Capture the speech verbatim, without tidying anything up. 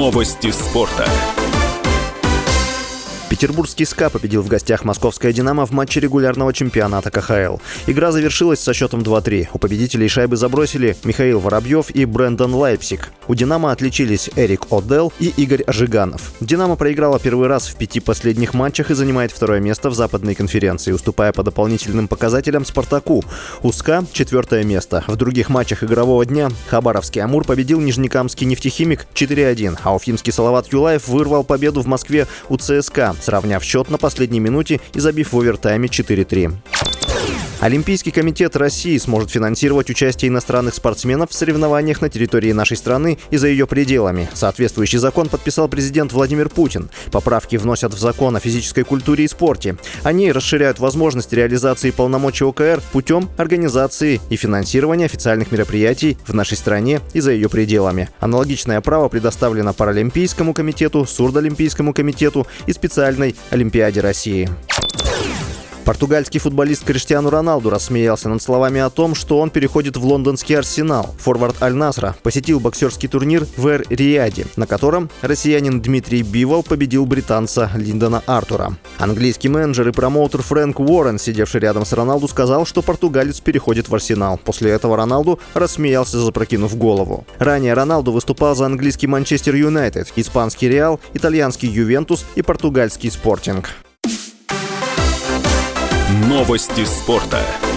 Новости спорта. Петербургский СКА победил в гостях московское «Динамо» в матче регулярного чемпионата ка ха эл. Игра завершилась со счетом два-три. У победителей шайбы забросили Михаил Воробьев и Брэндон Лайпсик. У «Динамо» отличились Эрик Одел и Игорь Жиганов. «Динамо» проиграла первый раз в пяти последних матчах и занимает второе место в западной конференции, уступая по дополнительным показателям «Спартаку». У СКА четвертое место. В других матчах игрового дня хабаровский «Амур» победил нижнекамский «Нефтехимик» четыре-один, а уфимский «Салават Юлаев» вырвал победу в Москве у ЦСКА, сравняв счет на последней минуте и забив в овертайме четыре-три. Олимпийский комитет России сможет финансировать участие иностранных спортсменов в соревнованиях на территории нашей страны и за ее пределами. Соответствующий закон подписал президент Владимир Путин. Поправки вносят в закон о физической культуре и спорте. Они расширяют возможность реализации полномочий о ка эр путем организации и финансирования официальных мероприятий в нашей стране и за ее пределами. Аналогичное право предоставлено Паралимпийскому комитету, Сурдоолимпийскому комитету и специальной Олимпиаде России. Португальский футболист Криштиану Роналду рассмеялся над словами о том, что он переходит в лондонский Арсенал. Форвард Аль-Насра посетил боксерский турнир в Эр-Рияде, на котором россиянин Дмитрий Бивол победил британца Линдона Артура. Английский менеджер и промоутер Фрэнк Уоррен, сидевший рядом с Роналду, сказал, что португалец переходит в Арсенал. После этого Роналду рассмеялся, запрокинув голову. Ранее Роналду выступал за английский Манчестер Юнайтед, испанский Реал, итальянский Ювентус и португальский Спортинг. Новости спорта.